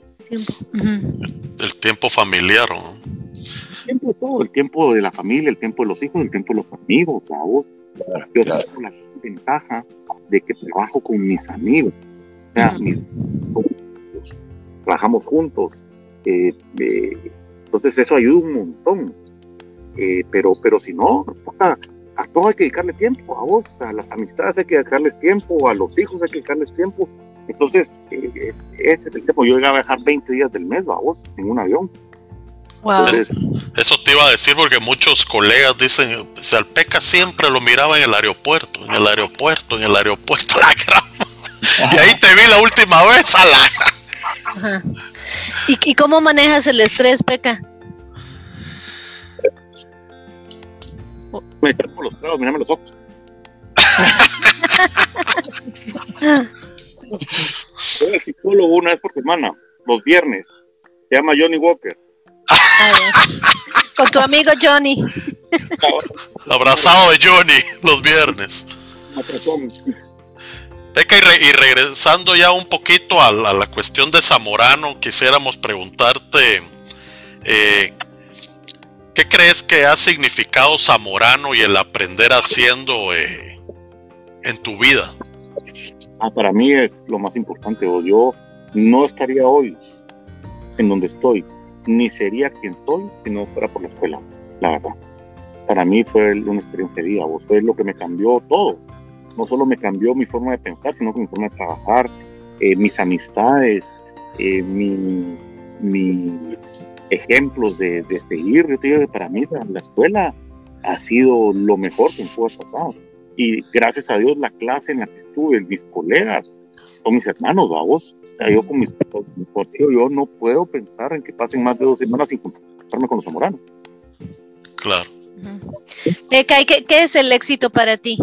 El tiempo familiar, ¿no? El tiempo de todo, el tiempo de la familia, el tiempo de los hijos, el tiempo de los amigos, vos. Yo tengo la ventaja de que trabajo con mis amigos, o sea, trabajamos juntos, entonces eso ayuda un montón, pero si no, a todo hay que dedicarle tiempo, a vos, a las amistades hay que dedicarles tiempo, a los hijos hay que dedicarles tiempo. Entonces ese es el tiempo. Yo llegaba a viajar 20 días del mes, a vos, en un avión. Wow. Eso te iba a decir porque muchos colegas dicen, al Peca siempre lo miraba en el aeropuerto, la gran. Y ahí te vi la última vez, a la. Ajá. ¿Y cómo manejas el estrés, Peca? Me tapo los tragos, mírame los ojos. Soy el psicólogo una vez por semana, los viernes. Se llama Johnny Walker. Con tu amigo Johnny. Abrazado de Johnny los viernes. Peca, y regresando ya un poquito a la cuestión de Zamorano, quisiéramos preguntarte, ¿Qué crees que ha significado Zamorano y el aprender haciendo en tu vida? Para mí es lo más importante. Yo no estaría hoy en donde estoy, ni sería quien soy si no fuera por la escuela, la verdad. Para mí fue una experiencia de vida, fue lo que me cambió todo. No solo me cambió mi forma de pensar, sino que mi forma de trabajar, mis amistades, mis ejemplos de seguir. Yo te digo que para mí la escuela ha sido lo mejor que me pudo haber pasado. Y gracias a Dios la clase en la que estuve, mis colegas, son mis hermanos, vamos. O sea, yo con mis yo no puedo pensar en que pasen más de 2 semanas sin contactarme con los zamoranos. Claro. Kai, ¿qué es el éxito para ti?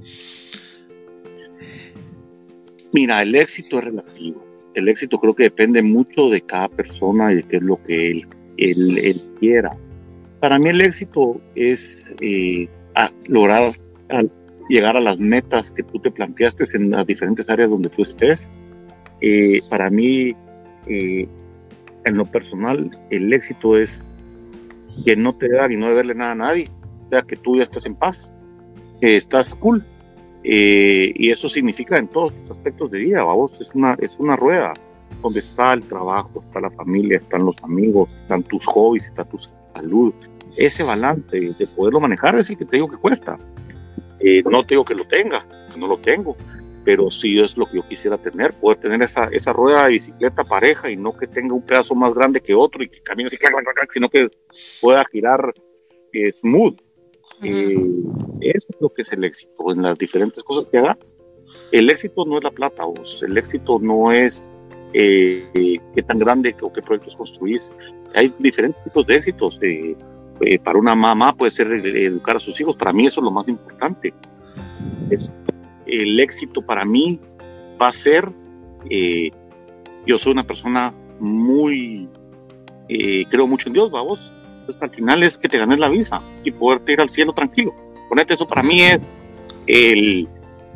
Mira, el éxito es relativo. El éxito creo que depende mucho de cada persona y de qué es lo que él quiera. Para mí el éxito es lograr llegar a las metas que tú te planteaste en las diferentes áreas donde tú estés. Para mí, en lo personal, el éxito es que no te dar y no deberle nada a nadie. O sea, que tú ya estás en paz, que estás cool. Y eso significa en todos los aspectos de vida, vamos, es una rueda donde está el trabajo, está la familia, están los amigos, están tus hobbies, está tu salud. Ese balance de poderlo manejar es el que te digo que cuesta. No te digo que lo tenga, que no lo tengo, pero sí es lo que yo quisiera tener, poder tener esa rueda de bicicleta pareja y no que tenga un pedazo más grande que otro y que camine así, sino que pueda girar smooth. Eso es lo que es el éxito en las diferentes cosas que hagas. El éxito no es la plata, el éxito no es qué tan grande o qué proyectos construís. Hay diferentes tipos de éxitos. Para una mamá puede ser educar a sus hijos. Para mí eso es lo más importante. El éxito para mí va a ser, yo soy una persona muy, creo mucho en Dios, vamos. Entonces, al final es que te ganes la visa y poderte ir al cielo tranquilo. Ponete, eso para mí es el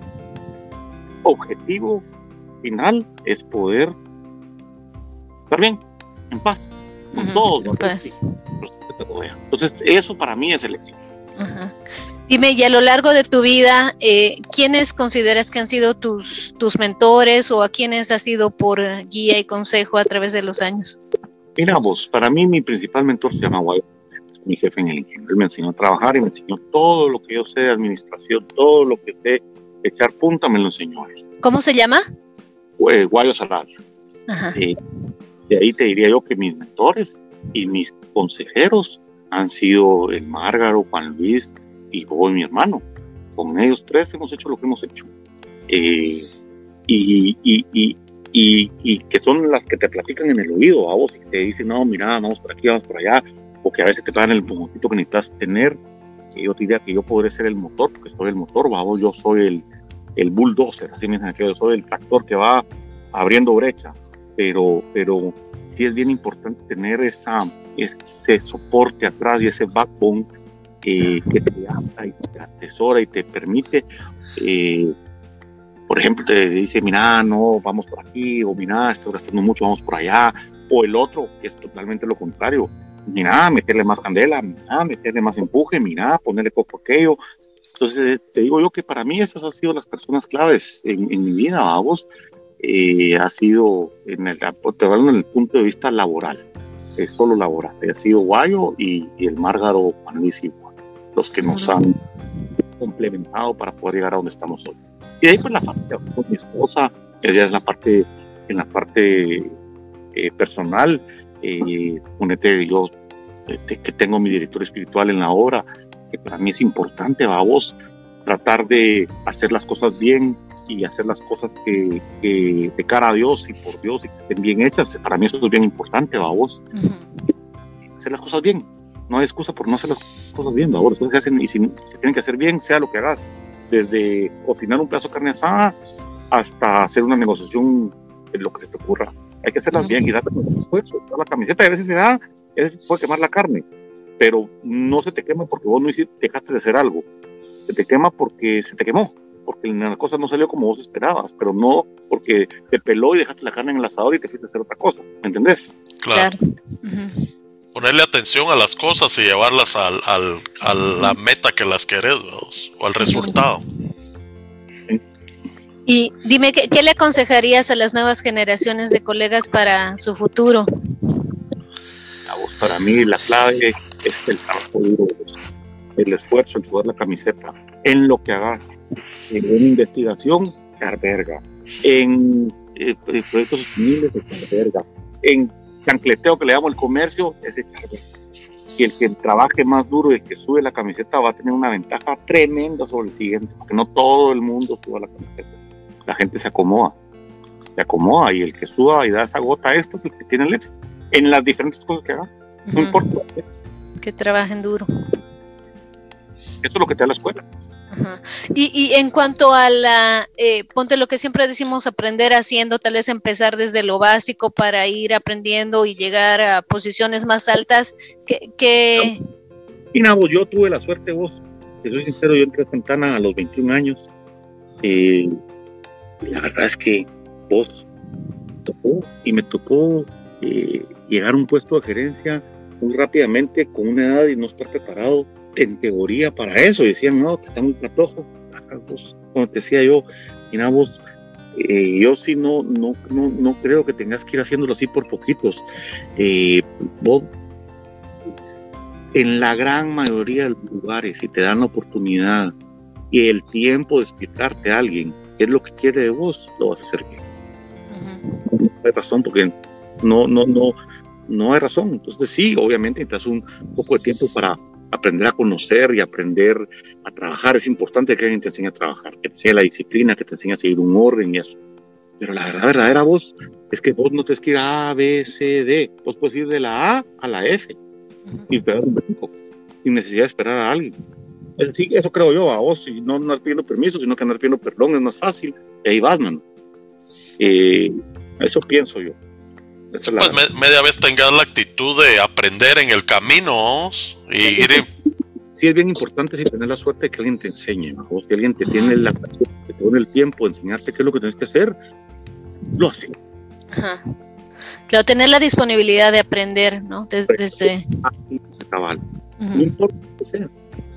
objetivo final, es poder estar bien, en paz, con todos. ¿No? Entonces, eso para mí es el éxito. Dime, y a lo largo de tu vida, ¿quiénes consideras que han sido tus mentores o a quiénes has sido por guía y consejo a través de los años? Mira vos, para mí mi principal mentor se llama Guayo, es mi jefe en el ingenio. Él me enseñó a trabajar y me enseñó todo lo que yo sé de administración, todo lo que sé de echar punta, me lo enseñó él. ¿Cómo se llama? Guayo Salario. De ahí te diría yo que mis mentores y mis consejeros han sido el Márgaro, Juan Luis y yo y mi hermano. Con ellos 3 hemos hecho lo que hemos hecho. Y que son las que te platican en el oído a vos y te dicen, no, mira, vamos por aquí, vamos por allá, o que a veces te dan el momentito que necesitas tener. Yo te diría que yo podré ser el motor, porque soy el motor, vos, yo soy el bulldozer, así me dicen que yo soy el tractor que va abriendo brecha, pero sí es bien importante tener ese soporte atrás y ese backbone que te ata y te atesora y te permite, por ejemplo, te dice, mira, no, vamos por aquí, o mira, estoy gastando mucho, vamos por allá, o el otro, que es totalmente lo contrario, mira, meterle más candela, mira, meterle más empuje, mira, ponerle poco aquello. Entonces, te digo yo que para mí esas han sido las personas claves en mi vida, vamos, ha sido, te hablo en el punto de vista laboral, es solo laboral, ha sido Guayo y el Márgaro, Juan Luis y Juan, los que nos han complementado para poder llegar a donde estamos hoy. Y de ahí pues la familia, con mi esposa, ella es en la parte personal, ponete yo que tengo mi director espiritual en la obra, que para mí es importante, vamos, tratar de hacer las cosas bien y hacer las cosas que de cara a Dios y por Dios y que estén bien hechas. Para mí eso es bien importante, vamos. Hacer las cosas bien. No hay excusa por no hacer las cosas bien, vamos. Las cosas se hacen y si se tienen que hacer bien, sea lo que hagas. Desde cocinar un pedazo de carne asada hasta hacer una negociación de lo que se te ocurra. Hay que hacerlas bien y darle un esfuerzo. La camiseta a veces a veces puede quemar la carne, pero no se te quema porque vos no dejaste de hacer algo. Se te quema porque se te quemó, porque la cosa no salió como vos esperabas, pero no porque te peló y dejaste la carne en el asador y te fuiste a hacer otra cosa. ¿Me entendés? Claro. ponerle atención a las cosas y llevarlas a la meta que las querés, vos, o al resultado. Y dime, ¿qué le aconsejarías a las nuevas generaciones de colegas para su futuro? Para mí la clave es el trabajo duro, el esfuerzo, el sudar la camiseta, en lo que hagas, en investigación, echar verga, en proyectos sostenibles, echar verga, en chancleteo que le damos al comercio, es echar verga. Y el que trabaje más duro y el que sube la camiseta va a tener una ventaja tremenda sobre el siguiente, porque no todo el mundo suba la camiseta. La gente se acomoda y el que suba y da esa gota extra es el que tiene el éxito en las diferentes cosas que haga. No importa. Que trabajen duro. Eso es lo que te da la escuela. Ajá. Y en cuanto a ponte lo que siempre decimos, aprender haciendo, tal vez empezar desde lo básico para ir aprendiendo y llegar a posiciones más altas. Y nada, yo tuve la suerte, vos, te soy sincero, yo entré a Santana a los 21 años. La verdad es que vos me tocó llegar a un puesto de gerencia muy rápidamente con una edad y no estar preparado en teoría para eso. Y decían, no, que está muy patojo. Vos, como te decía yo, mira vos, yo sí no creo que tengas que ir haciéndolo así por poquitos. Vos, en la gran mayoría de los lugares, si te dan la oportunidad y el tiempo de explicarte a alguien qué es lo que quiere de vos, lo vas a hacer bien. No hay razón, porque no hay razón. Entonces sí, obviamente necesitas un poco de tiempo para aprender a conocer y aprender a trabajar. Es importante que alguien te enseñe a trabajar, que te enseñe la disciplina, que te enseñe a seguir un orden y eso. Pero la verdadera vos es que vos no tienes que ir a B, C, D. Vos puedes ir de la A a la F y esperar un brinco sin necesidad de esperar a alguien. Eso creo yo, a vos, y no andar pidiendo permiso, sino que andar pidiendo perdón es más fácil. Y ahí vas, man. Eso pienso yo. Pues media vez tengas la actitud de aprender en el camino, ¿vos? Y ir. Sí, es bien importante si tener la suerte de que alguien te enseñe, ¿no? Que alguien te tiene la pasión, que te pone el tiempo de enseñarte qué es lo que tienes que hacer, lo haces. Ajá. Claro, tener la disponibilidad de aprender, ¿no? Desde... cabal. No importa lo que sea.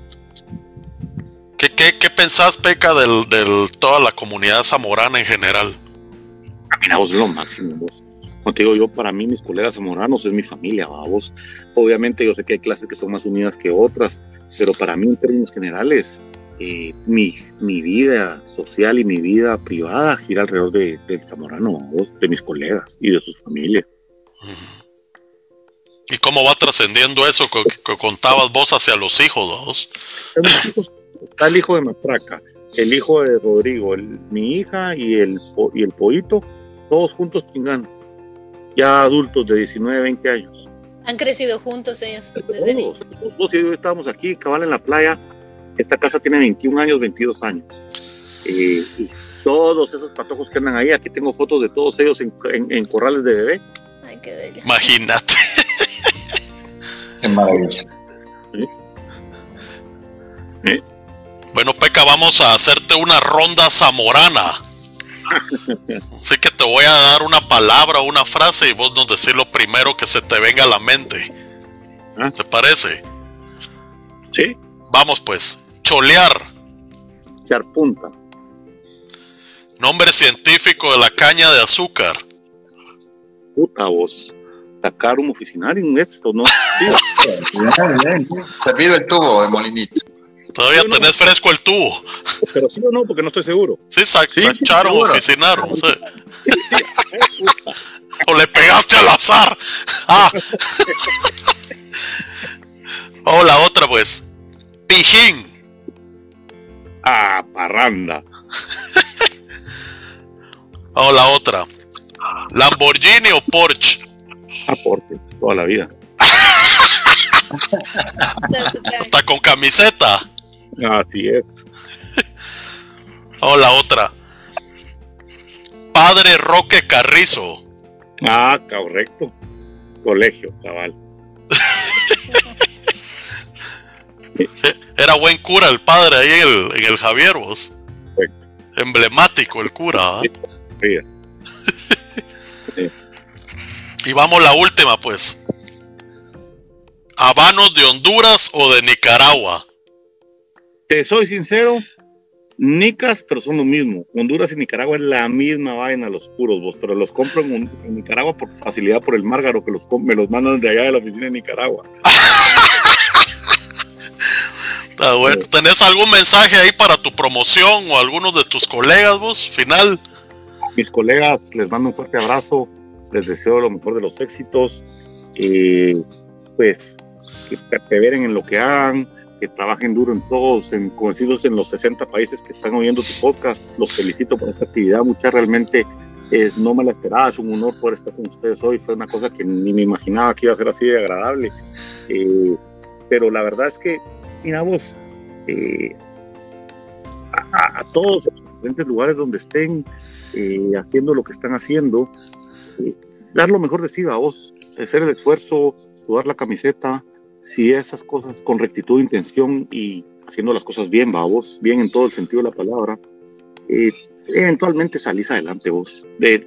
¿Qué pensás, Peca, de toda la comunidad zamorana en general? Mira, vos es lo máximo, vos. Como te digo yo, para mí mis colegas zamoranos es mi familia, vos. Obviamente yo sé que hay clases que son más unidas que otras, pero para mí en términos generales, mi vida social y mi vida privada gira alrededor del zamorano, vos, de mis colegas y de sus familias. ¿Y cómo va trascendiendo eso que contabas vos hacia los hijos, vos? Está el hijo de Matraca, el hijo de Rodrigo, mi hija y el pollito, todos juntos chingando. Ya adultos de 19, 20 años. Han crecido juntos ellos desde niños. Vos y yo estábamos aquí, cabal en la playa. Esta casa tiene 21 años, 22 años. Y todos esos patojos que andan ahí, aquí tengo fotos de todos ellos en corrales de bebé. Ay, qué bello. Imagínate. Qué maravilla. Bueno, Peca, vamos a hacerte una ronda zamorana. Así que te voy a dar una palabra o una frase y vos nos decís lo primero que se te venga a la mente. ¿Te parece? Sí. Vamos pues. Cholear. Echar punta. Nombre científico de la caña de azúcar. Puta vos. Sacarum officinarum, esto, ¿no? Servido el tubo de molinito. Todavía tenés fresco el tubo. Pero sí o no, porque no estoy seguro. Sí, sacaron, oficinaron. Sí. O le pegaste al azar. O la otra, pues. Pijín. Parranda. O la otra. Lamborghini o Porsche. Aporte, toda la vida. Hasta con camiseta. Así es. O la otra. Padre Roque Carrizo. Correcto. Colegio, cabal. Era buen cura el padre ahí en el Javier, vos. Correcto. Emblemático el cura. Sí. Y vamos la última, pues. ¿Habanos de Honduras o de Nicaragua? Te soy sincero, Nicas, pero son lo mismo. Honduras y Nicaragua es la misma vaina, los puros, vos, pero los compro en Nicaragua por facilidad, por el Márgaro, que me los mandan de allá de la oficina de Nicaragua. Está bueno. ¿Tenés algún mensaje ahí para tu promoción o algunos de tus colegas, vos? Final. Mis colegas, les mando un fuerte abrazo, les deseo lo mejor de los éxitos, pues que perseveren en lo que hagan, que trabajen duro en todos, conocidos en los 60 países que están oyendo tu podcast. Los felicito por esta actividad, realmente no me la esperaba, es un honor poder estar con ustedes hoy, fue una cosa que ni me imaginaba que iba a ser así de agradable, pero la verdad es que, mira vos, a todos los diferentes lugares donde estén haciendo lo que están haciendo, dar lo mejor de sí a vos, hacer el esfuerzo, sudar la camiseta, si esas cosas con rectitud de intención y haciendo las cosas bien, va vos, bien en todo el sentido de la palabra, eventualmente salís adelante vos,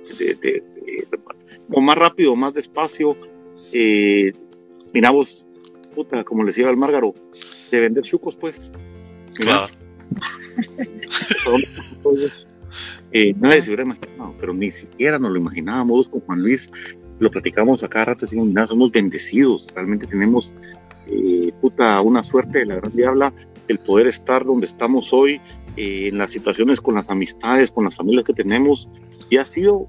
o más rápido, más despacio, mira vos, puta, como les decía al Márgaro, de vender chucos, pues, mira. Claro. Nadie se hubiera imaginado, pero ni siquiera nos lo imaginábamos. Con Juan Luis lo platicamos a cada rato, decimos, mira, somos bendecidos, realmente tenemos una suerte de la gran diabla, el poder estar donde estamos hoy, en las situaciones, con las amistades, con las familias que tenemos, y ha sido,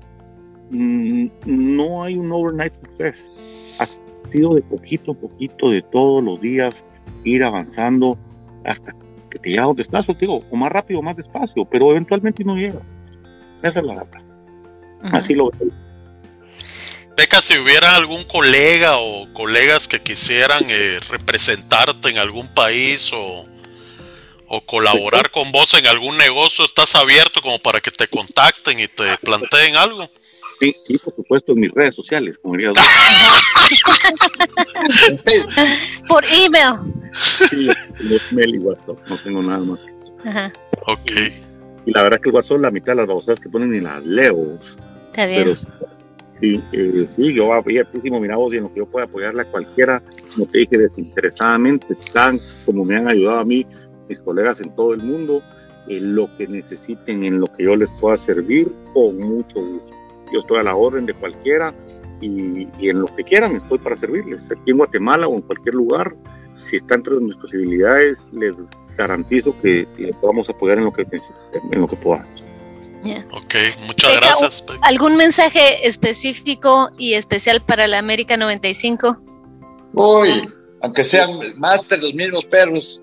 no hay un overnight success, ha sido de poquito a poquito, de todos los días, ir avanzando hasta que te llega donde estás, contigo, o más rápido o más despacio, pero eventualmente no llega. Esa es la verdad. Así lo veo. Peca, si hubiera algún colega o colegas que quisieran representarte en algún país o colaborar con vos en algún negocio, ¿estás abierto como para que te contacten y te planteen algo? Sí, por supuesto, en mis redes sociales, como dirías. Por email. Sí, email y WhatsApp, no tengo nada más que eso. Ajá. Ok. Y la verdad que el WhatsApp, la mitad de las babosadas que ponen ni las leo. Está bien. Pero sí, yo abiertísimo, mira vos, y en lo que yo pueda apoyarle a cualquiera, como te dije, desinteresadamente, tan como me han ayudado a mí, mis colegas en todo el mundo, en lo que necesiten, en lo que yo les pueda servir, con mucho gusto. Yo estoy a la orden de cualquiera y en lo que quieran estoy para servirles. Aquí en Guatemala o en cualquier lugar, si está entre mis posibilidades, les garantizo que les podamos apoyar en lo que necesiten, en lo que podamos. Yeah. Ok, muchas gracias. Peca. ¿Algún mensaje específico y especial para la América 95? Uy, aunque sean máster los mismos perros.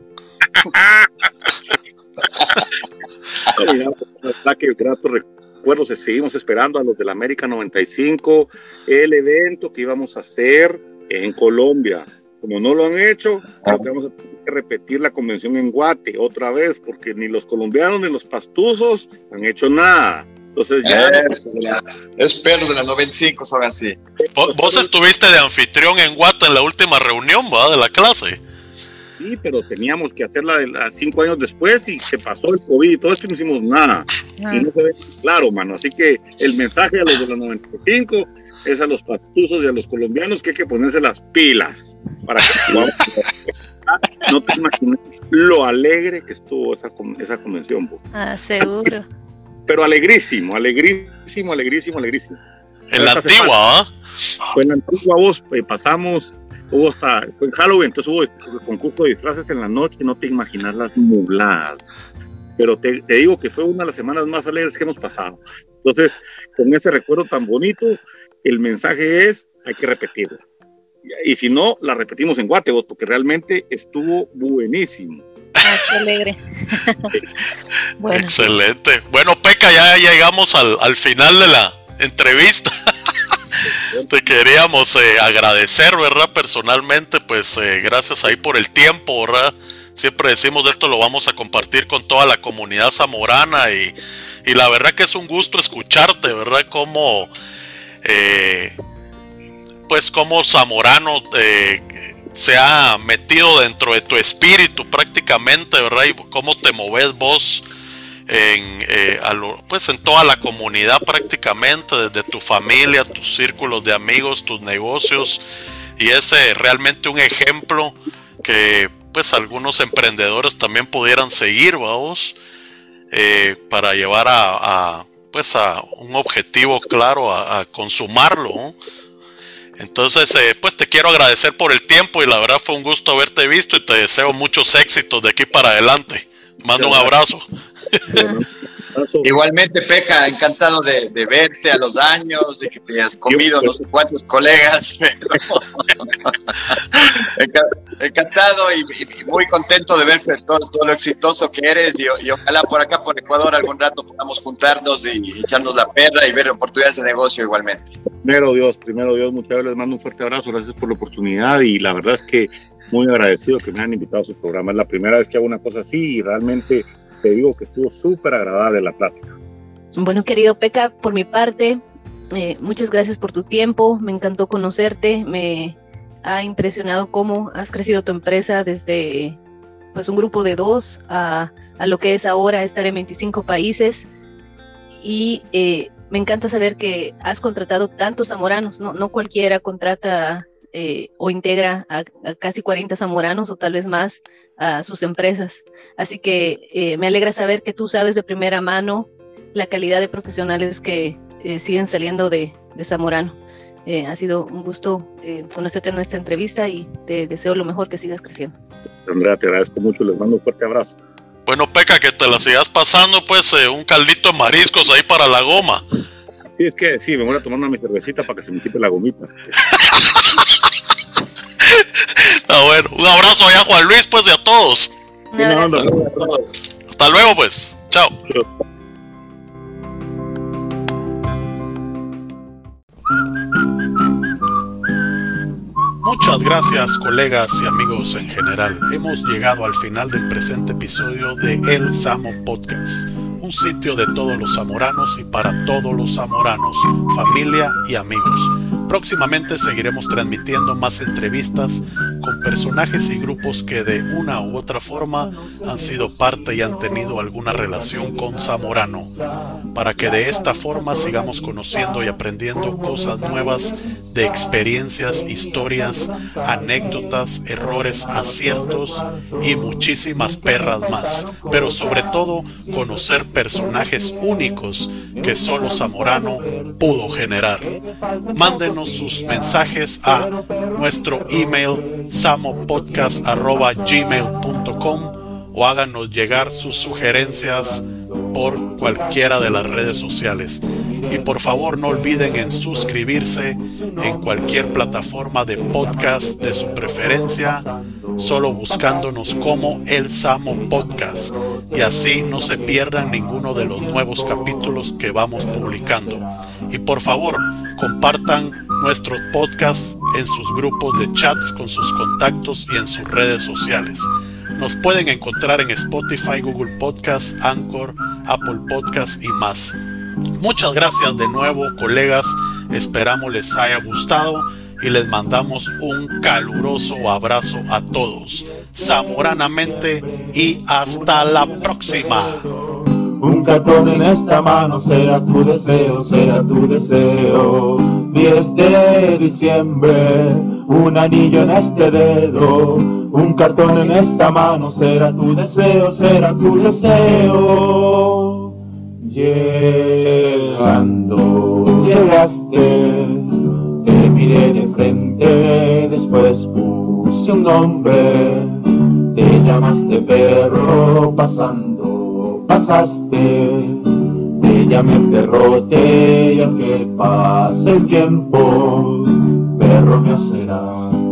Que grato recuerdo, seguimos esperando a los de la América 95, el evento que íbamos a hacer en Colombia. Como no lo han hecho, vamos a tener que repetir la convención en Guate otra vez, porque ni los colombianos ni los pastuzos han hecho nada. Entonces es perro de la 95, son así. Vos estuviste de anfitrión en Guate en la última reunión, ¿verdad? De la clase. Sí, pero teníamos que hacerla 5 años después y se pasó el COVID y todo esto y no hicimos nada. Y no se ve claro, mano. Así que el mensaje a los de la 95 es a los pastuzos y a los colombianos que hay que ponerse las pilas para que no te imaginas lo alegre que estuvo esa convención. Seguro. Pero alegrísimo. En la antigua, ¿ah? Fue en la antigua, vos pasamos. Fue en Halloween, entonces hubo concurso de disfraces en la noche, no te imaginas las muladas. Pero te digo que fue una de las semanas más alegres que hemos pasado. Entonces, con ese recuerdo tan bonito, el mensaje es, hay que repetirla. Y si no, la repetimos en Guate, porque realmente estuvo buenísimo. Qué alegre. Bueno. Excelente. Bueno, Peca, ya llegamos al final de la entrevista. Te queríamos agradecer, ¿verdad? Personalmente, pues gracias ahí por el tiempo, ¿verdad? Siempre decimos esto, lo vamos a compartir con toda la comunidad zamorana y la verdad que es un gusto escucharte, ¿verdad? Como Zamorano se ha metido dentro de tu espíritu prácticamente, ¿verdad? Y cómo te moves vos en toda la comunidad prácticamente, desde tu familia, tus círculos de amigos, tus negocios, y es realmente un ejemplo que pues algunos emprendedores también pudieran seguir, vamos, para llevar a un objetivo claro, a consumarlo, ¿no? Entonces, pues te quiero agradecer por el tiempo y la verdad fue un gusto haberte visto y te deseo muchos éxitos de aquí para adelante. Mando un abrazo. Igualmente, Peca, encantado de verte a los años, de que te has comido no sé cuántos colegas. Encantado y muy contento de verte todo lo exitoso que eres y ojalá por acá, por Ecuador, algún rato podamos juntarnos y echarnos la perra y ver oportunidades de negocio igualmente. Primero Dios, muchas gracias, les mando un fuerte abrazo, gracias por la oportunidad y la verdad es que muy agradecido que me hayan invitado a su programa. Es la primera vez que hago una cosa así y realmente te digo que estuvo súper agradable la plática. Bueno, querido Peca, por mi parte, muchas gracias por tu tiempo, me encantó conocerte, me ha impresionado cómo has crecido tu empresa desde pues un grupo de 2 a lo que es ahora estar en 25 países y me encanta saber que has contratado tantos zamoranos, no cualquiera contrata o integra a casi 40 zamoranos o tal vez más a sus empresas. Así que me alegra saber que tú sabes de primera mano la calidad de profesionales que siguen saliendo de Zamorano. Ha sido un gusto conocerte en esta entrevista y te deseo lo mejor, que sigas creciendo. Andrea, te agradezco mucho, les mando un fuerte abrazo. Bueno, Peca, que te la sigas pasando, pues un caldito de mariscos ahí para la goma. Sí, es que sí, me voy a tomar una cervecita para que se me quite la gomita. Bueno, un abrazo allá a Juan Luis, pues, y a todos. Hasta luego, pues. Chao. Muchas gracias, colegas y amigos en general. Hemos llegado al final del presente episodio de El Samo Podcast, un sitio de todos los zamoranos y para todos los zamoranos, familia y amigos. Próximamente seguiremos transmitiendo más entrevistas con personajes y grupos que de una u otra forma han sido parte y han tenido alguna relación con Zamorano, para que de esta forma sigamos conociendo y aprendiendo cosas nuevas de experiencias, historias, anécdotas, errores, aciertos y muchísimas perras más, pero sobre todo conocer personajes únicos que solo Zamorano pudo generar. Mándenos sus mensajes a nuestro email samopodcast@gmail.com o háganos llegar sus sugerencias por cualquiera de las redes sociales. Y por favor no olviden en suscribirse en cualquier plataforma de podcast de su preferencia, solo buscándonos como El Samo Podcast, y así no se pierdan ninguno de los nuevos capítulos que vamos publicando. Y por favor compartan nuestros podcasts en sus grupos de chats con sus contactos y en sus redes sociales. Nos pueden encontrar en Spotify, Google Podcasts, Anchor, Apple Podcasts y más. Muchas gracias de nuevo, colegas. Esperamos les haya gustado y les mandamos un caluroso abrazo a todos. Zamoranamente y hasta la próxima. Un cartón en esta mano será tu deseo, será tu deseo. 10 de diciembre, un anillo en este dedo. Un cartón en esta mano será tu deseo, será tu deseo. Llegando, llegaste, te miré de frente, después puse un nombre. Te llamaste perro, pasando, pasaste. Te llamé perrote y aunque pase el tiempo, perro me será.